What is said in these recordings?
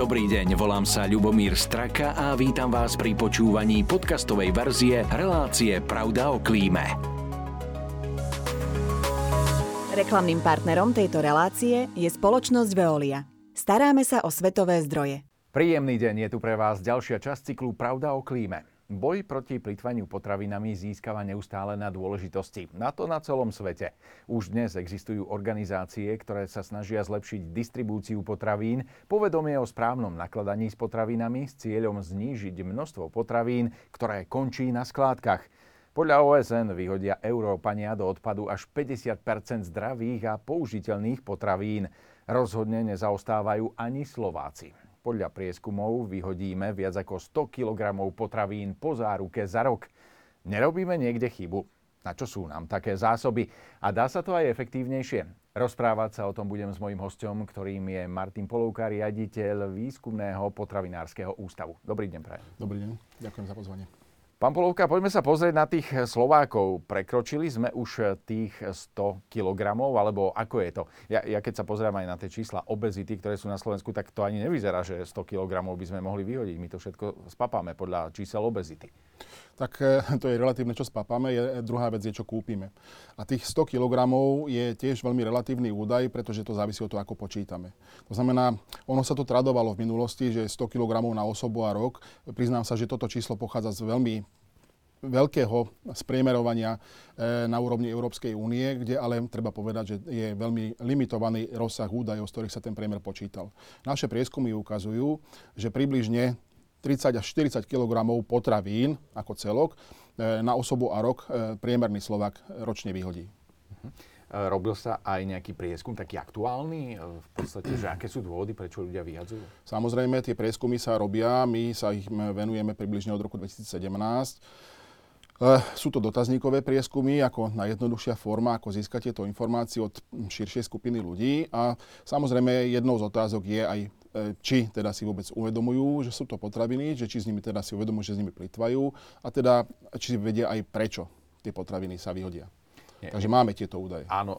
Dobrý deň, volám sa Ľubomír Straka a vítam vás pri počúvaní podcastovej verzie relácie Pravda o klíme. Reklamným partnerom tejto relácie je spoločnosť Veolia. Staráme sa o svetové zdroje. Príjemný deň, je tu pre vás ďalšia časť cyklu Pravda o klíme. Boj proti plytvaniu potravinami získava neustále na dôležitosti. Na to na celom svete. Už dnes existujú organizácie, ktoré sa snažia zlepšiť distribúciu potravín, povedomie o správnom nakladaní s potravinami s cieľom znížiť množstvo potravín, ktoré končí na skládkach. Podľa OSN vyhodia Európania do odpadu až 50% zdravých a použiteľných potravín. Rozhodne nezaostávajú ani Slováci. Podľa prieskumov vyhodíme viac ako 100 kg potravín po záruke za rok. Nerobíme niekde chybu? Na čo sú nám také zásoby? A dá sa to aj efektívnejšie? Rozprávať sa o tom budem s mojím hosťom, ktorým je Martin Polovka, riaditeľ Výskumného potravinárskeho ústavu. Dobrý deň, prajem. Dobrý deň, ďakujem za pozvanie. Pán Polovka, poďme sa pozrieť na tých Slovákov. Prekročili sme už tých 100 kilogramov, alebo ako je to? Ja keď sa pozriem aj na tie čísla obezity, ktoré sú na Slovensku, tak to ani nevyzerá, že 100 kilogramov by sme mohli vyhodiť. My to všetko spapáme podľa čísel obezity. Tak to je relatívne, čo spapáme, druhá vec je, čo kúpime. A tých 100 kg je tiež veľmi relatívny údaj, pretože to závisí od toho, ako počítame. To znamená, ono sa to tradovalo v minulosti, že 100 kg na osobu a rok. Priznám sa, že toto číslo pochádza z veľmi veľkého spriemerovania na úrovni Európskej únie, kde ale treba povedať, že je veľmi limitovaný rozsah údajov, z ktorých sa ten priemer počítal. Naše prieskumy ukazujú, že približne 30 až 40 kg potravín ako celok na osobu a rok priemerný Slovák ročne vyhodí. Robil sa aj nejaký prieskum, taký aktuálny, v podstate, že aké sú dôvody, prečo ľudia vyhadzujú? Samozrejme, tie prieskumy sa robia, my sa ich venujeme približne od roku 2017. Sú to dotazníkové prieskumy, ako najjednoduchšia forma, ako získať tieto informácie od širšej skupiny ľudí. A samozrejme, jednou z otázok je aj, či teda si vôbec uvedomujú, že sú to potraviny, že či s nimi teda si uvedomujú, že s nimi plýtvajú a teda či vedia aj prečo tie potraviny sa vyhodia. Takže máme tieto údaje. Áno,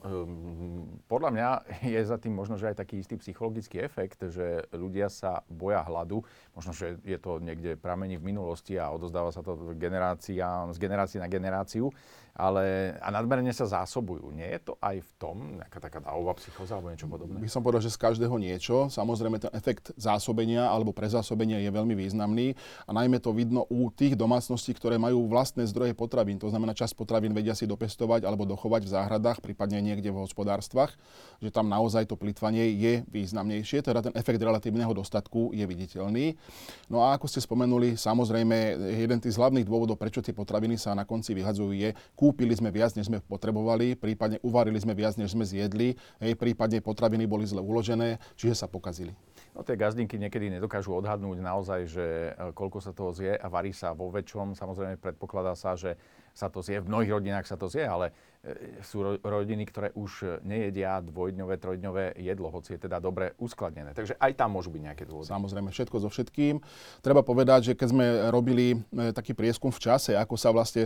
podľa mňa je za tým možno, že aj taký istý psychologický efekt, že ľudia sa boja hladu. Možno, že je to niekde pramení v minulosti a odozdáva sa to z generácie na generáciu, ale a nadmerne sa zásobujú. Nie je to aj v tom nejaká taká dávová psychóza alebo niečo podobné? By som povedal, že z každého niečo. Samozrejme, ten efekt zásobenia alebo prezásobenia je veľmi významný a najmä to vidno u tých domácností, ktoré majú vlastné zdroje potravín. To znamená, časť potravín vedia si dopestovať alebo dochovať v záhradách, prípadne niekde v hospodárstvách, že tam naozaj to plytvanie je významnejšie, teda ten efekt relatívneho dostatku je viditeľný. No a ako ste spomenuli, samozrejme, jeden z hlavných dôvodov, prečo tie potraviny sa na konci vyhadzujú, je, kúpili sme viac, než sme potrebovali, prípadne uvarili sme viac, než sme zjedli, prípadne potraviny boli zle uložené, čiže sa pokazili. No tie gazdinky niekedy nedokážu odhadnúť naozaj, že koľko sa toho zje a varí sa vo väčšom. Samozrejme predpokladá sa, že sa to zje, v mnohých rodinách sa to zje, ale sú rodiny, ktoré už nejedia dvojdňové, trojdňové jedlo, hoci je teda dobre uskladnené. Takže aj tam môžu byť nejaké dôvody. Samozrejme, všetko so všetkým. Treba povedať, že keď sme robili taký prieskum v čase, ako sa vlastne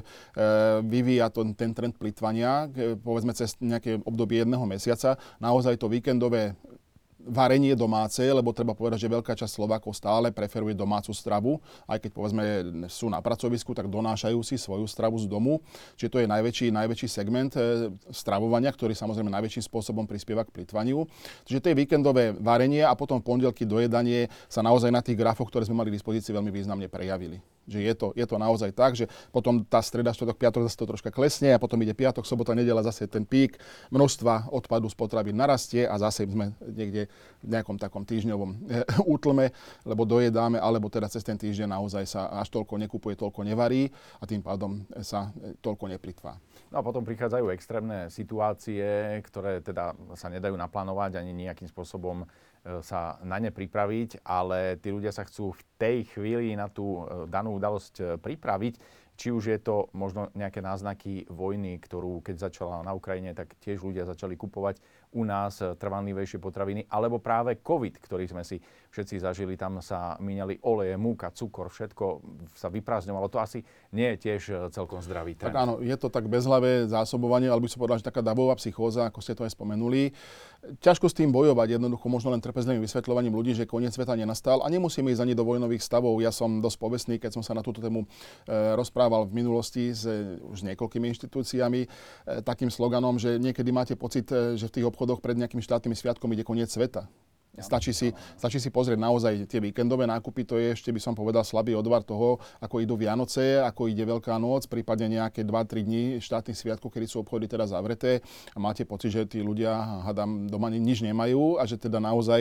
vyvíja ten trend plytvania, povedzme cez nejaké obdobie jedného mesiaca, naozaj to víkendové varenie domáce, lebo treba povedať, že veľká časť Slovákov stále preferuje domácu stravu. Aj keď povedzme sú na pracovisku, tak donášajú si svoju stravu z domu. Čiže to je najväčší segment stravovania, ktorý samozrejme najväčším spôsobom prispieva k plytvaniu. Čiže to je víkendové varenie a potom v pondelky dojedanie sa naozaj na tých grafoch, ktoré sme mali k dispozícii, veľmi významne prejavili. Že je to naozaj tak, že potom tá streda, štvrtok, piatok zase to troška klesne a potom ide piatok, sobota, nedeľa, zase ten pík množstva odpadu z potravín narastie a zase sme niekde v nejakom takom týždňovom útlme, lebo dojedáme, alebo teda cez ten týždeň naozaj sa až toľko nekupuje, toľko nevarí a tým pádom sa toľko neplytvá. No a potom prichádzajú extrémne situácie, ktoré teda sa nedajú naplánovať ani nejakým spôsobom sa na ne pripraviť, ale tí ľudia sa chcú v tej chvíli na tú danú udalosť pripraviť. Či už je to možno nejaké náznaky vojny, ktorú keď začala na Ukrajine, tak tiež ľudia začali kupovať u nás trvanlivejšie potraviny, alebo práve COVID, ktorý sme si všetci zažili, tam sa míňali oleje, múka, cukor, všetko sa vyprázdňovalo. To asi nie je tiež celkom zdravý trend. Tak áno, je to tak bezhlavé zásobovanie, ale by som povedal, že taká davová psychóza, ako ste to aj spomenuli. Ťažko s tým bojovať, jednoducho možno len trpezlivým vysvetľovaním ľudí, že koniec sveta nenastal a nemusíme ísť ani do vojnových stavov. Ja som dosť povestný, keď som sa na túto tému rozprával v minulosti s už niekoľkými inštitúciami takým sloganom, že niekedy máte pocit, že v tých obchodoch pred nejakými štátnymi sviatkom ide koniec sveta. Stačí si pozrieť naozaj tie víkendové nákupy, to je ešte, by som povedal, slabý odvar toho, ako idú Vianoce, ako ide Veľká noc, prípadne nejaké 2-3 dní štátnych sviatkov, kedy sú obchody teda zavreté a máte pocit, že tí ľudia, hádam, doma nič nemajú a že teda naozaj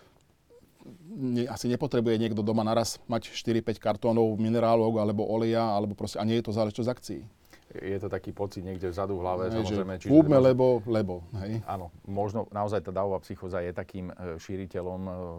asi nepotrebuje niekto doma naraz mať 4-5 kartónov minerálov alebo oleja, alebo proste, a nie je to záležitosť akcií. Je to taký pocit niekde vzadu v hlave, samozrejme. Kúpme, lebo, hej. Áno, možno naozaj tá davová psychóza je takým šíriteľom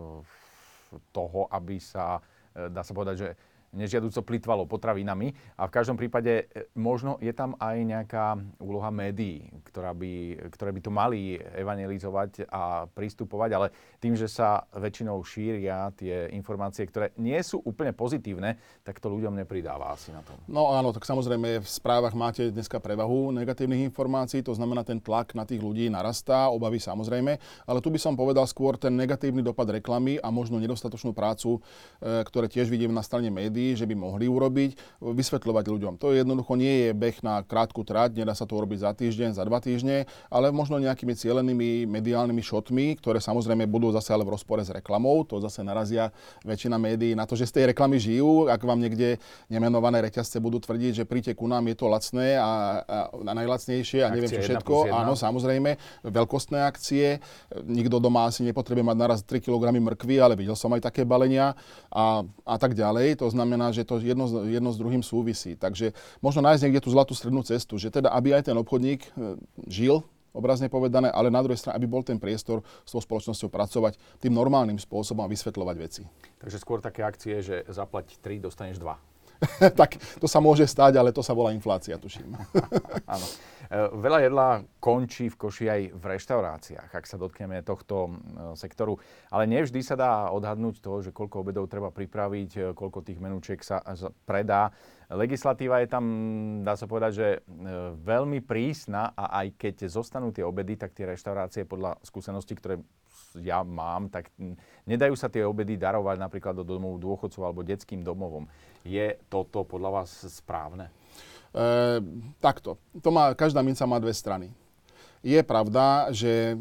toho, aby sa, dá sa povedať, že nežiaduco plytvalo potravinami. A v každom prípade možno je tam aj nejaká úloha médií, ktoré by to mali evangelizovať a pristupovať, ale tým, že sa väčšinou šíria tie informácie, ktoré nie sú úplne pozitívne, tak to ľuďom nepridáva asi na tom. No áno, tak samozrejme v správach máte dneska prevahu negatívnych informácií, to znamená, ten tlak na tých ľudí narastá, obavy samozrejme, ale tu by som povedal skôr ten negatívny dopad reklamy a možno nedostatočnú prácu, ktoré tiež vidím na strane médií, že by mohli urobiť, vysvetľovať ľuďom. To jednoducho nie je beh na krátku trať, nedá sa to urobiť za týždeň, za 2 týždne, ale možno nejakými cielenými mediálnymi šotmi, ktoré samozrejme budú zase ale v rozpore s reklamou. To zase narazia väčšina médií na to, že z tej reklamy žijú. Ak vám niekde nemenované reťazce budú tvrdiť, že príďte ku nám, je to lacné a najlacnejšie a neviem čo všetko. Áno, samozrejme, veľkostné akcie. Nikto doma asi nepotrebuje mať naraz 3 kg mrkvy, ale videl som aj také balenia a tak ďalej. To znamená, že to jedno s druhým súvisí. Takže možno nájsť niekde tú zlatú strednú cestu, že teda aby aj ten obchodník žil, obrazne povedané, ale na druhej strane, aby bol ten priestor s tou spoločnosťou pracovať tým normálnym spôsobom a vysvetľovať veci. Takže skôr také akcie, že zaplať 3, dostaneš 2. Tak to sa môže stať, ale to sa volá inflácia, tuším. Áno. Veľa jedla končí v koši aj v reštauráciách, ak sa dotkneme tohto sektoru. Ale nevždy sa dá odhadnúť to, že koľko obedov treba pripraviť, koľko tých menúčiek sa predá. Legislatíva je tam, dá sa povedať, že veľmi prísna a aj keď zostanú tie obedy, tak tie reštaurácie podľa skúseností, ktoré ja mám, tak nedajú sa tie obedy darovať napríklad do domov dôchodcov alebo detským domovom. Je toto podľa vás správne? Takto. Každá minca má 2 strany. Je pravda, že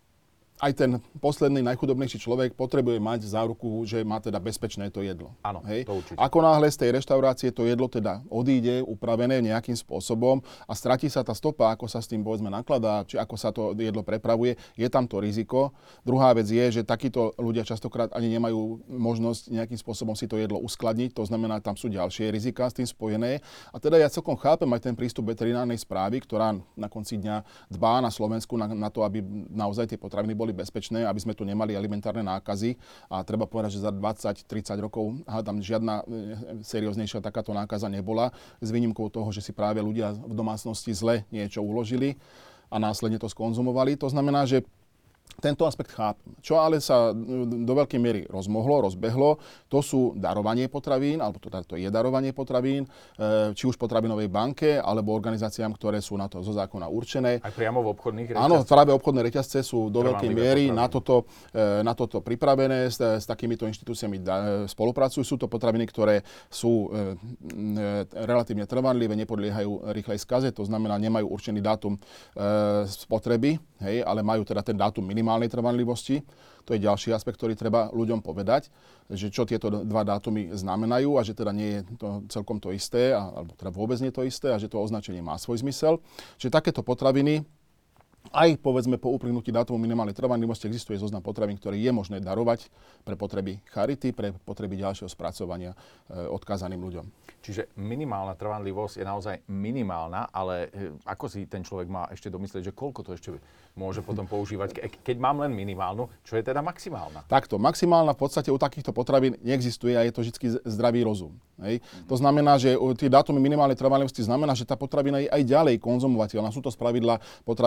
aj ten posledný, najchudobnejší človek potrebuje mať záruku, že má teda bezpečné to jedlo. Áno, hej? To určite. Ako náhle z tej reštaurácie to jedlo teda odíde, upravené nejakým spôsobom a stratí sa tá stopa, ako sa s tým povedzme nakladá, či ako sa to jedlo prepravuje, je tam to riziko. Druhá vec je, že takíto ľudia častokrát ani nemajú možnosť nejakým spôsobom si to jedlo uskladniť, to znamená, tam sú ďalšie riziká s tým spojené. A teda ja celkom chápem aj ten prístup veterinárnej správy, ktorá na konci dňa dbá na Slovensku na to, aby naozaj tie potraviny boli bezpečné, aby sme tu nemali alimentárne nákazy. A treba povedať, že za 20-30 rokov tam žiadna serióznejšia takáto nákaza nebola, s výnimkou toho, že si práve ľudia v domácnosti zle niečo uložili a následne to skonzumovali. To znamená, že tento aspekt chápem. Čo ale sa do veľkej miery rozbehlo, to sú darovanie potravín, alebo to je darovanie potravín, či už potravinovej banke, alebo organizáciám, ktoré sú na to zo zákona určené. Aj priamo v obchodných reťazcoch? Áno, práve obchodné reťazce sú do veľkej miery na toto pripravené, s takýmito inštitúciami spolupracujú. Sú to potraviny, ktoré sú relatívne trvanlivé, nepodliehajú rýchlej skaze, to znamená, nemajú určený dátum spotreby, hej, ale majú teda ten dátum minimálnej trvanlivosti. To je ďalší aspekt, ktorý treba ľuďom povedať, že čo tieto 2 dátumy znamenajú a že teda nie je to celkom to isté, alebo teda vôbec nie to isté a že to označenie má svoj zmysel. Že takéto potraviny, aj povedzme po uplynutí dátumu minimálnej trvanlivosti existuje zoznam potravín, ktoré je možné darovať pre potreby charity, pre potreby ďalšieho spracovania odkázaným ľuďom. Čiže minimálna trvanlivosť je naozaj minimálna, ale ako si ten človek má ešte domyslieť, že koľko to ešte môže potom používať, keď mám len minimálnu, čo je teda maximálna? Takto, maximálna v podstate u takýchto potravín neexistuje a je to vždy zdravý rozum. Hej? To znamená, že tie dátumy minimálnej trvanlivosti znamená, že tá potravina je aj ďalej konzumovateľná. Sú to spravidla potraviny, ktoré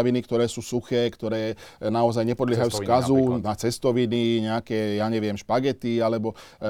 ktoré sú suché, ktoré naozaj nepodliehajú skazu, na cestoviny, nejaké, ja neviem, špagety alebo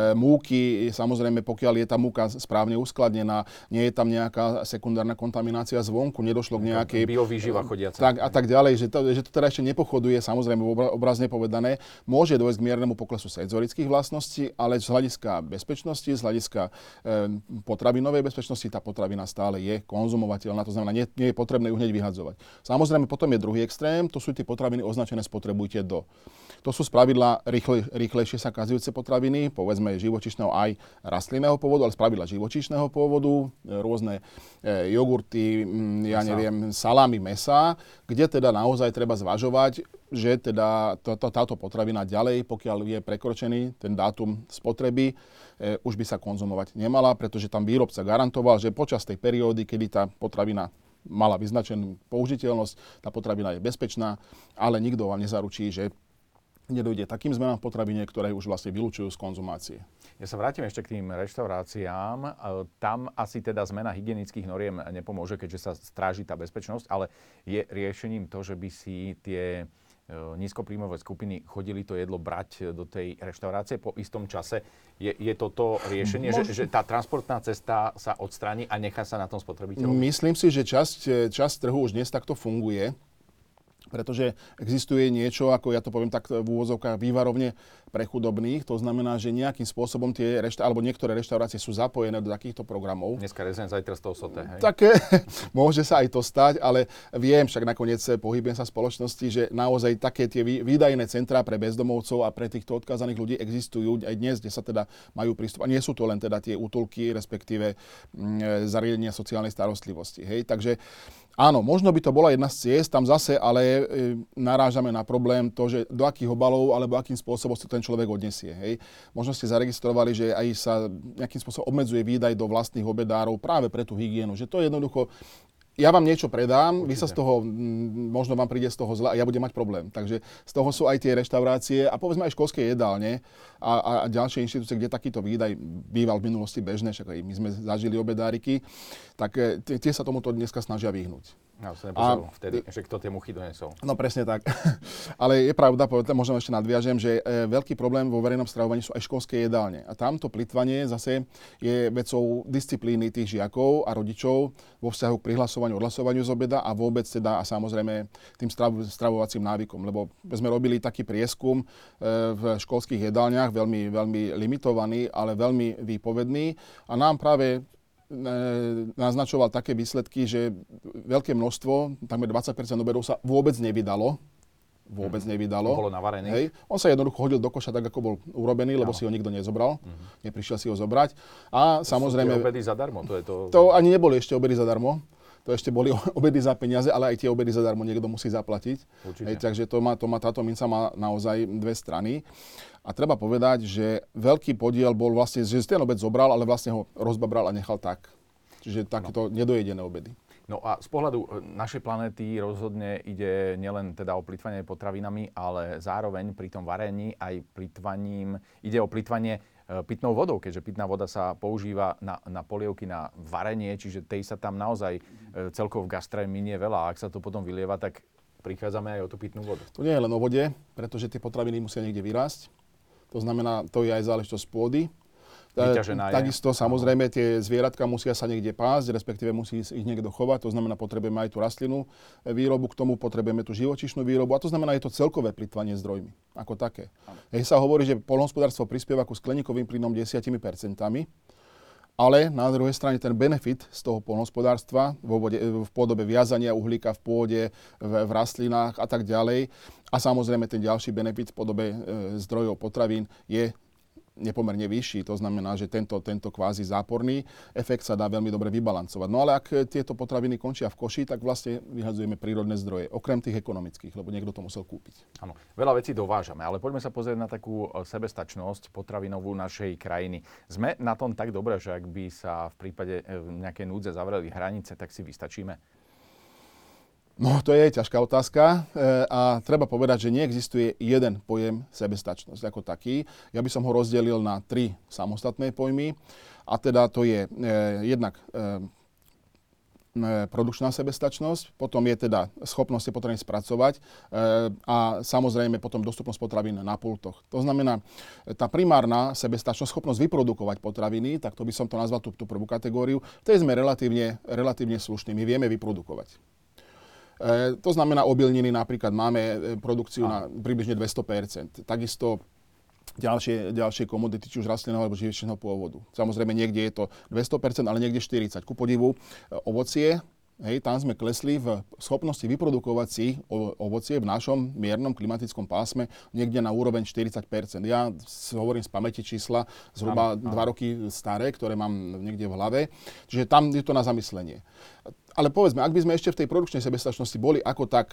múky. Samozrejme, pokiaľ je tá múka správne uskladnená, nie je tam nejaká sekundárna kontaminácia zvonku, nedošlo k nejakej biovýživa chodiaca. Tak ďalej, že to teda ešte nepochoduje, samozrejme obrazne povedané, môže dôjsť k miernemu poklesu senzorických vlastností, ale z hľadiska bezpečnosti, z hľadiska potravinovej bezpečnosti, tá potravina stále je konzumovateľná, to znamená, nie je potrebné ju hneď vyhadzovať. Samozrejme, potom je druhý extrém, to sú tie potraviny označené spotrebujte do. To sú spravidla rýchlejšie sa kazujúce potraviny, povedzme živočíšneho aj rastlinného pôvodu, ale spravidla živočíšneho pôvodu, rôzne jogurty, ja neviem, salámy, mäsa, kde teda naozaj treba zvažovať, že teda táto potravina ďalej, pokiaľ je prekročený ten dátum spotreby, už by sa konzumovať nemala, pretože tam výrobca garantoval, že počas tej periódy, kedy tá potravina mala vyznačenú použiteľnosť, tá potravina je bezpečná, ale nikto vám nezaručí, že nedojde takým zmenám v potravine, ktoré už vlastne vylúčujú z konzumácie. Ja sa vrátim ešte k tým reštauráciám. Tam asi teda zmena hygienických noriem nepomôže, keďže sa stráži tá bezpečnosť, ale je riešením to, že by si tie nízkopríjmové skupiny chodili to jedlo brať do tej reštaurácie po istom čase. Je toto riešenie, že tá transportná cesta sa odstráni a nechá sa na tom spotrebiteľovi? Myslím si, že časť trhu už dnes takto funguje, pretože existuje niečo, ako ja to poviem tak v úvozovkách, vývarovne pre chudobných. To znamená, že nejakým spôsobom alebo niektoré reštaurácie sú zapojené do takýchto programov. Dneska rezen, zajtra z toho soté, hej? Tak môže sa aj to stať, ale viem, však nakoniec pohybujem sa v spoločnosti, že naozaj také tie výdajné centrá pre bezdomovcov a pre týchto odkázaných ľudí existujú aj dnes, kde sa teda majú prístup. A nie sú to len teda tie útulky, respektíve zariadenia sociálnej starostlivosti. Hej? Takže áno, možno by to bola jedna z ciest, tam zase ale narážame na problém to, že do akých obalov alebo akým spôsobom sa ten človek odnesie. Hej. Možno ste zaregistrovali, že aj sa nejakým spôsobom obmedzuje výdaj do vlastných obedárov práve pre tú hygienu. Že to je jednoducho, ja vám niečo predám, určite. Vy sa z toho, možno vám príde z toho zle a ja budem mať problém. Takže z toho sú aj tie reštaurácie a povedzme aj školské jedálne a ďalšie inštitúcie, kde takýto výdaj býval v minulosti bežné, však aj my sme zažili obedáriky, tak tie sa tomuto dneska snažia vyhnúť. Ja som nepozeral vtedy, že kto tie muchy donesol. No presne tak. Ale je pravda, možno ešte nadviažem, že veľký problém vo verejnom stravovaní sú aj školské jedálne. A tamto plytvanie zase je vecou disciplíny tých žiakov a rodičov vo vzťahu k prihlasovaniu, odhlasovaniu z obeda a vôbec teda a samozrejme tým stravovacím návykom. Lebo sme robili taký prieskum v školských jedálniach, veľmi, veľmi limitovaný, ale veľmi výpovedný. A nám práve naznačoval také výsledky, že veľké množstvo, takmer 20% obedov sa vôbec nevydalo. Bolo navarený. Hej. On sa jednoducho hodil do koša tak, ako bol urobený, lebo si ho nikto nezobral. Neprišiel si ho zobrať. A samozrejme... To sú obedy zadarmo. To ani neboli ešte obedy zadarmo. To ešte boli obedy za peniaze, ale aj tie obedy zadarmo niekto musí zaplatiť. Hej, takže táto minca má naozaj dve strany. A treba povedať, že veľký podiel bol vlastne, že ten obed zobral, ale vlastne ho rozbabral a nechal tak. Čiže takéto nedojedené obedy. No a z pohľadu našej planéty rozhodne ide nielen teda o plytvanie potravinami, ale zároveň pri tom varení aj ide o plytvanie pitnou vodou, keďže pitná voda sa používa na polievky, na varenie, čiže tej sa tam naozaj celkovo v gastre minie veľa. A ak sa to potom vylieva, tak prichádzame aj o tú pitnú vodu. To nie je len o vode, pretože tie potraviny musia niekde vyrásť. To znamená, to je aj záležitosť pôdy. Takisto samozrejme tie zvieratka musia sa niekde pásť, respektíve musí ich niekto chovať, to znamená potrebujeme aj tú rastlinnú výrobu, k tomu potrebujeme tú živočíšnu výrobu a to znamená je to celkové plytvanie zdrojmi ako také. Hej sa hovorí, že poľnohospodárstvo prispieva ku skleníkovým plynom 10%, ale na druhej strane ten benefit z toho poľnohospodárstva v podobe viazania uhlíka v pôde, v rastlinách a tak ďalej a samozrejme ten ďalší benefit v podobe zdrojov potravín je nepomerne vyšší. To znamená, že tento kvázi záporný efekt sa dá veľmi dobre vybalancovať. No ale ak tieto potraviny končia v koši, tak vlastne vyhadzujeme prírodné zdroje, okrem tých ekonomických, lebo niekto to musel kúpiť. Áno, veľa vecí dovážame, ale poďme sa pozrieť na takú sebestačnosť potravinovú našej krajiny. Sme na tom tak dobre, že ak by sa v prípade nejakej núdze zavreli hranice, tak si vystačíme? No, to je ťažká otázka a treba povedať, že neexistuje jeden pojem sebestačnosť ako taký. Ja by som ho rozdelil na 3 samostatné pojmy a teda to je jednak produkčná sebestačnosť, potom je teda schopnosť potravín spracovať a samozrejme potom dostupnosť potravín na pultoch. To znamená, tá primárna sebestačnosť, schopnosť vyprodukovať potraviny, tak to by som to nazval tú prvú kategóriu, v tej sme relatívne slušní, my vieme vyprodukovať. To znamená, obilniny napríklad máme produkciu na približne 200%. Takisto ďalšie komodity, či už rastlinného alebo živočíšneho pôvodu. Samozrejme, niekde je to 200%, ale niekde 40%. Ku podivu, ovocie, tam sme klesli v schopnosti vyprodukovať si ovocie v našom miernom klimatickom pásme niekde na úroveň 40%. Ja hovorím z pamäti čísla zhruba 2 roky staré, ktoré mám niekde v hlave. Čiže tam je to na zamyslenie. Ale povedzme, ak by sme ešte v tej produkčnej sebestačnosti boli ako tak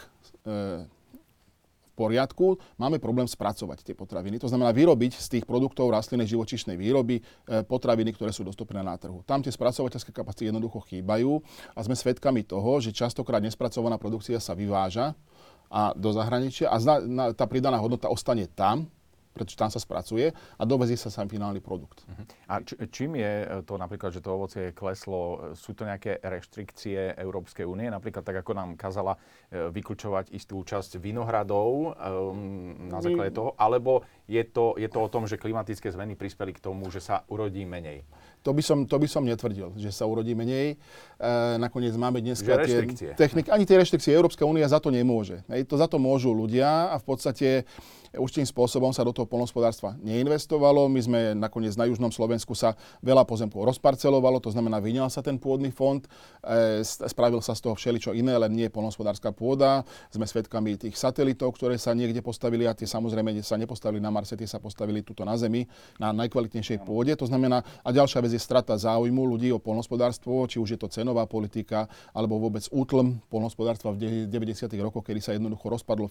v poriadku, máme problém spracovať tie potraviny. To znamená vyrobiť z tých produktov rastlinnej živočíšnej výroby potraviny, ktoré sú dostupné na trhu. Tam tie spracovateľské kapacity jednoducho chýbajú a sme svedkami toho, že častokrát nespracovaná produkcia sa vyváža a do zahraničia a tá pridaná hodnota ostane tam, pretože tam sa spracuje a dovezí sa sám finálny produkt. A čím je to napríklad, že to ovocie kleslo? Sú to nejaké reštrikcie Európskej únie? Napríklad tak, ako nám kázala vyklúčovať istú časť vinohradov na základe toho? Alebo je to o tom, že klimatické zmeny prispeli k tomu, že sa urodí menej? To by som netvrdil, že sa urodí menej. Nakoniec máme dneska tie techniky. Ani tie reštrikcie Európska únia za to nemôže. Za to môžu ľudia a v podstate určitým spôsobom sa do toho poľnohospodárstva neinvestovalo. My sme nakoniec na južnom Slovensku sa veľa pozemkov rozparcelovalo, to znamená vyňal sa ten pôdny fond, spravil sa z toho všeličo iné, len nie poľnohospodárska pôda. Sme svedkami tých satelitov, ktoré sa niekde postavili a tie samozrejme sa nepostavili na Marse, tie sa postavili tuto na Zemi, na najkvalitnejšej pôde. To znamená, a ďalšia vec je strata záujmu ľudí o poľnohospodárstvo, či už je to cenová politika, alebo vôbec útlm poľnohospodárstva v 90. rokoch, kedy sa jednoducho rozpadli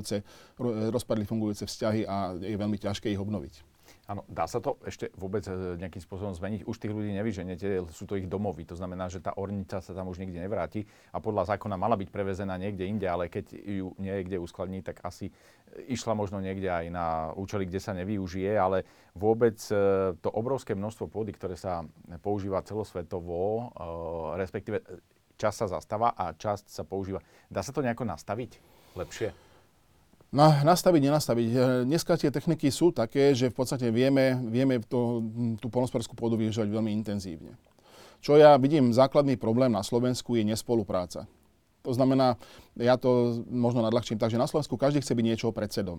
fungujúce vzťahy a je veľmi ťažké ich obnoviť. Áno, dá sa to ešte vôbec nejakým spôsobom zmeniť? Už tých ľudí nevyženete, sú to ich domovy, to znamená, že tá ornica sa tam už nikde nevráti a podľa zákona mala byť prevezená niekde inde, ale keď ju niekde uskladní, tak asi išla možno niekde aj na účely, kde sa nevyužije, ale vôbec to obrovské množstvo pôdy, ktoré sa používa celosvetovo, respektíve časť sa zastáva a časť sa používa. Dá sa to nejako nastaviť lepšie? Nastaviť, nenastaviť. Dneska tie techniky sú také, že v podstate vieme tú poľnohospodársku pôdu využívať veľmi intenzívne. Čo ja vidím, základný problém na Slovensku je nespolupráca. To znamená, ja to možno nadľahčím tak, že na Slovensku každý chce byť niečoho predsedom.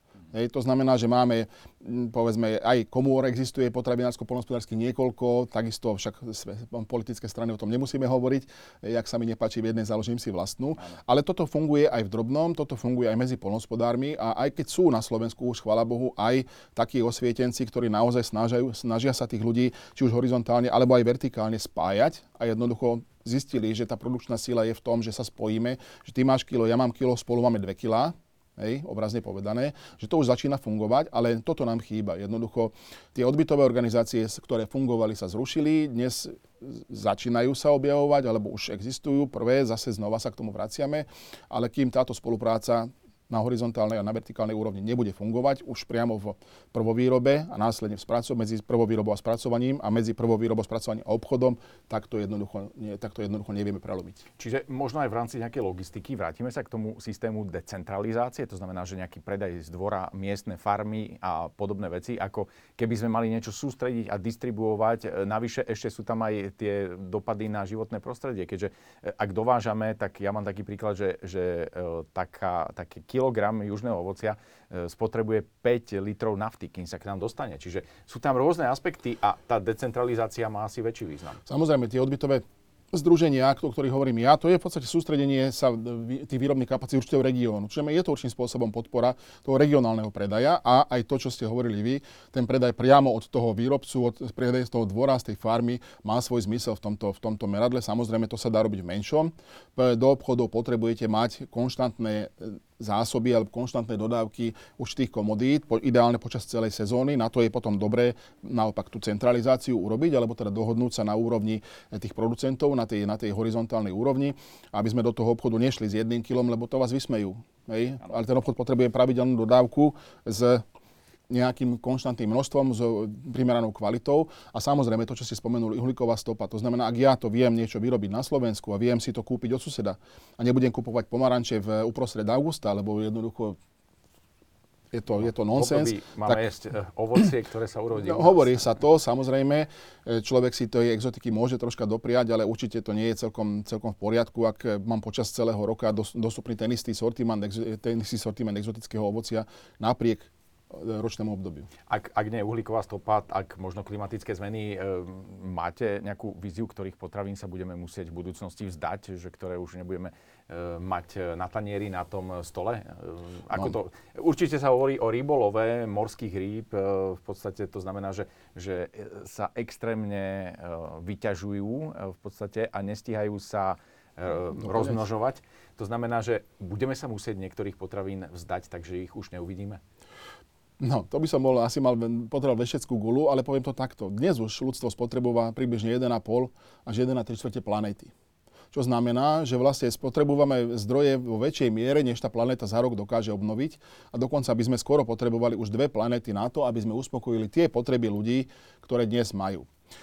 To znamená, že máme, povedzme, aj komôr existuje potravinársko-poľnohospodársky niekoľko, takisto však politické strany o tom nemusíme hovoriť, jak sa mi nepáči v jednej, založím si vlastnú. Ale toto funguje aj v drobnom, toto funguje aj medzi poľnohospodármi a aj keď sú na Slovensku už, chvála Bohu, aj takí osvietenci, ktorí naozaj snažia sa tých ľudí, či už horizontálne, alebo aj vertikálne spájať a jednoducho zistili, že tá produkčná sila je v tom, že sa spojíme, že ty máš kilo, ja mám kilo, spolu máme 2 kilá. Obrazne povedané, že to už začína fungovať, ale toto nám chýba. Jednoducho tie odbytové organizácie, ktoré fungovali, sa zrušili, dnes začínajú sa objavovať, alebo už existujú prvé, zase znova sa k tomu vraciame, ale kým táto spolupráca na horizontálnej a na vertikálnej úrovni nebude fungovať už priamo v prvovýrobe a následne medzi prvovýrobou a spracovaním a medzi prvovýrobou, spracovaním a obchodom, tak to jednoducho nevieme prelomiť. Čiže možno aj v rámci nejakej logistiky vrátime sa k tomu systému decentralizácie, to znamená, že nejaký predaj z dvora, miestne farmy a podobné veci, ako keby sme mali niečo sústrediť a distribuovať. Navyše ešte sú tam aj tie dopady na životné prostredie, keďže ak dovážame, tak ja mám taký príklad, že taký kilogram južného ovocia spotrebuje 5 litrov nafty, kým sa k nám dostane. Čiže sú tam rôzne aspekty a tá decentralizácia má asi väčší význam. Samozrejme, tie odbytové združenia, o ktorých hovorím ja, to je v podstate sústredenie sa tých výrobných kapacít určitého regiónu. Čiže je to určitým spôsobom podpora toho regionálneho predaja a aj to, čo ste hovorili vy, ten predaj priamo od toho výrobcu, od predaj z toho dvora, z tej farmy má svoj zmysel v tomto meradle. Samozrejme, to sa dá robiť v menšom. Do obchodov potrebujete mať konštantné zásoby alebo konštantné dodávky určitých komodít, ideálne počas celej sezóny. Na to je potom dobré naopak tú centralizáciu urobiť, alebo teda dohodnúť sa na úrovni tých producentov, na tej horizontálnej úrovni, aby sme do toho obchodu nešli s 1 kilom, lebo to vás vysmejú. Ale ten obchod potrebuje pravidelnú dodávku z nejakým konštantným množstvom s primeranou kvalitou a samozrejme to, čo ste spomenuli, uhlíková stopa. To znamená, ak ja to viem niečo vyrobiť na Slovensku a viem si to kúpiť od suseda a nebudem kupovať pomaranče uprostred augusta, lebo jednoducho je to nonsens. Máme jesť ovocie, ktoré sa urodí. Hovorí sa to, samozrejme. Človek si tej exotiky môže troška dopriať, ale určite to nie je celkom v poriadku, ak mám počas celého roka dostupný ten istý sortiment exotického ovocia napriek ročnému obdobiu. Ak nie je uhlíková stopa, ak možno klimatické zmeny, máte nejakú víziu, ktorých potravín sa budeme musieť v budúcnosti vzdať, že ktoré už nebudeme mať na tanieri, na tom stole? Určite sa hovorí o rybolove morských rýb. V podstate to znamená, že sa extrémne vyťažujú v podstate a nestíhajú sa rozmnožovať. To znamená, že budeme sa musieť niektorých potravín vzdať, takže ich už neuvidíme? No, to by som potreboval vešeckú gulu, ale poviem to takto. Dnes už ľudstvo spotrebuje približne 1,5 až 1,3 planéty. Čo znamená, že vlastne spotrebujeme zdroje vo väčšej miere, než tá planéta za rok dokáže obnoviť. A dokonca by sme skoro potrebovali už 2 planéty na to, aby sme uspokojili tie potreby ľudí, ktoré dnes majú.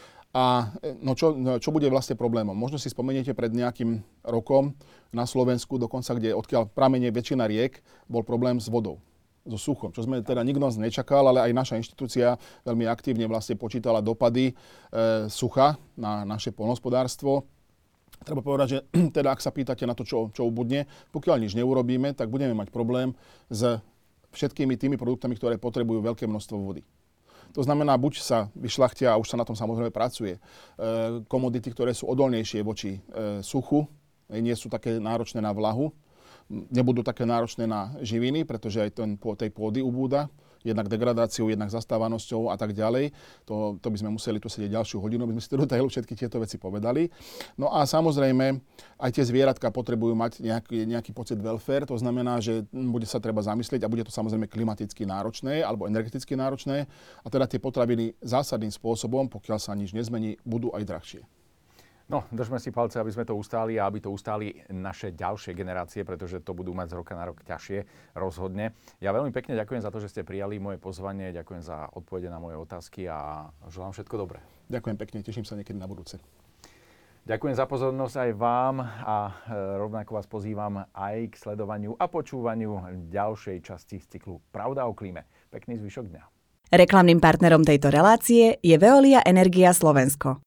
A čo bude vlastne problémom? Možno si spomeniete pred nejakým rokom na Slovensku, dokonca odkiaľ pramenie väčšina riek, bol problém s vodou, so suchom, čo sme teda nikto z nečakal, ale aj naša inštitúcia veľmi aktívne vlastne počítala dopady sucha na naše poľnohospodárstvo. Treba povedať, že teda ak sa pýtate na to, čo ubudne, pokiaľ nič neurobíme, tak budeme mať problém s všetkými tými produktami, ktoré potrebujú veľké množstvo vody. To znamená, buď sa vyšľachtia, a už sa na tom samozrejme pracuje, komodity, ktoré sú odolnejšie voči suchu, nie sú také náročné na vlahu, nebudú také náročné na živiny, pretože aj tej pôdy ubúda, jednak degradáciou, jednak zastávanosťou a tak ďalej. To by sme museli tu sedieť ďalšiu hodinu, aby sme si do detailu všetky tieto veci povedali. No a samozrejme, aj tie zvieratka potrebujú mať nejaký pocit welfare, to znamená, že bude sa treba zamyslieť a bude to samozrejme klimaticky náročné alebo energeticky náročné a teda tie potraviny zásadným spôsobom, pokiaľ sa nič nezmení, budú aj drahšie. No, držme si palce, aby sme to ustáli a aby to ustáli naše ďalšie generácie, pretože to budú mať z roka na rok ťažšie, rozhodne. Ja veľmi pekne ďakujem za to, že ste prijali moje pozvanie, ďakujem za odpovede na moje otázky a želám všetko dobré. Ďakujem pekne, teším sa niekedy na budúce. Ďakujem za pozornosť aj vám a rovnako vás pozývam aj k sledovaniu a počúvaniu ďalšej časti z cyklu Pravda o klíme. Pekný zvyšok dňa. Reklamným partnerom tejto relácie je Veolia Energia Slovensko.